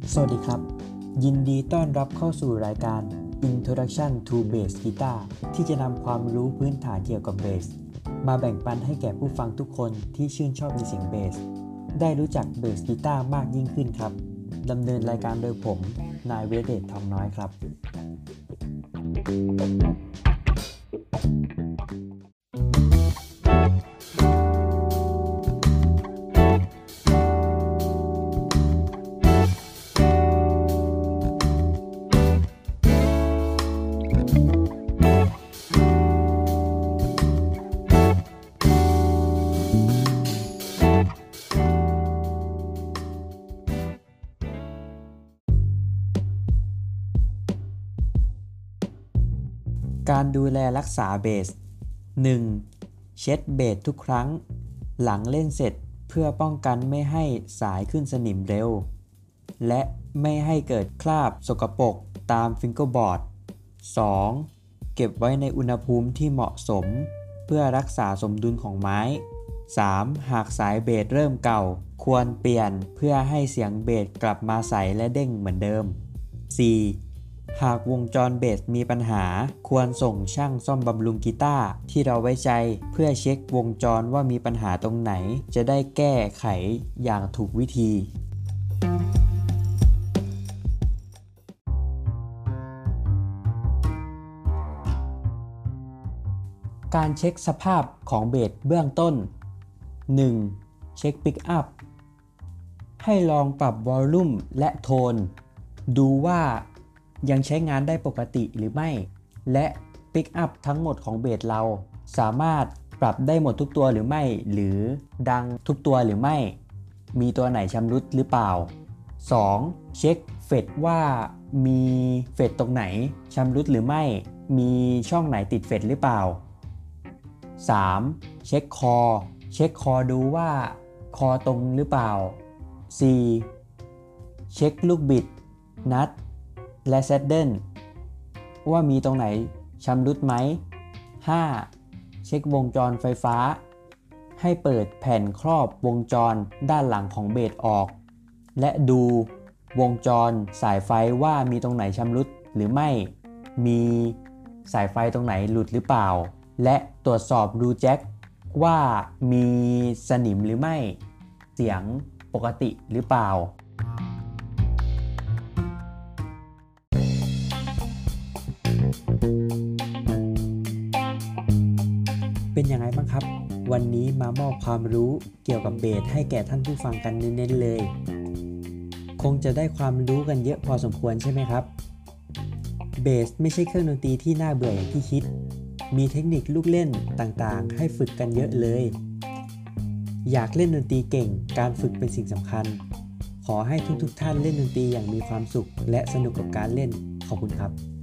สวัสดีครับยินดีต้อนรับเข้าสู่รายการ Introduction to Bass Guitar ที่จะนำความรู้พื้นฐานเกี่ยวกับเบสมาแบ่งปันให้แก่ผู้ฟังทุกคนที่ชื่นชอบในเสียงเบสได้รู้จักเบสกีตาร์มากยิ่งขึ้นครับดำเนินรายการโดยผมนายเวเดชทองน้อยครับการดูแลรักษาเบส 1. เช็ดเบสทุกครั้งหลังเล่นเสร็จเพื่อป้องกันไม่ให้สายขึ้นสนิมเร็วและไม่ให้เกิดคราบสกปรกตามฟิงเกอร์บอร์ด 2. เก็บไว้ในอุณหภูมิที่เหมาะสมเพื่อรักษาสมดุลของไม้ 3. หากสายเบสเริ่มเก่าควรเปลี่ยนเพื่อให้เสียงเบสกลับมาใสและเด้งเหมือนเดิม 4. หากวงจรเบสมีปัญหาควรส่งช่างซ่อมบำรุงกีตาร์ที่เราไว้ใจเพื่อเช็ควงจรว่ามีปัญหาตรงไหนจะได้แก้ไขอย่างถูกวิธี การเช็คสภาพของเบสเบื้องต้น 1. เช็คปิกอัพให้ลองปรับวอลลุ่มและโทนดูว่ายังใช้งานได้ปกติหรือไม่และปิกอัพทั้งหมดของเบสเราสามารถปรับได้หมดทุกตัวหรือไม่หรือดังทุกตัวหรือไม่มีตัวไหนชำรุดหรือเปล่า 2. เช็คเฟดว่ามีเฟดตรงไหนชำรุดหรือไม่มีช่องไหนติดเฟดหรือเปล่า 3. เช็คคอดูว่าคอตรงหรือเปล่า 4. เช็คลูกบิดนัทและแซดเดิลว่ามีตรงไหนชำรุดไหม 5. เช็ควงจรไฟฟ้าให้เปิดแผ่นครอบวงจรด้านหลังของเบสออกและดูวงจรสายไฟว่ามีตรงไหนชำรุดหรือไม่มีสายไฟตรงไหนหลุดหรือเปล่าและตรวจสอบรูแจ็คว่ามีสนิมหรือไม่เสียงปกติหรือเปล่าเป็นยังไงบ้างครับวันนี้มามอบความรู้เกี่ยวกับเบสให้แก่ท่านผู้ฟังกันเน้นๆเลยคงจะได้ความรู้กันเยอะพอสมควรใช่ไหมครับเบสไม่ใช่เครื่องดนตรีที่น่าเบื่ออย่างที่คิดมีเทคนิคลูกเล่นต่างๆให้ฝึกกันเยอะเลยอยากเล่นดนตรีเก่งการฝึกเป็นสิ่งสำคัญขอให้ทุกๆท่านเล่นดนตรีอย่างมีความสุขและสนุกกับการเล่นขอบคุณครับ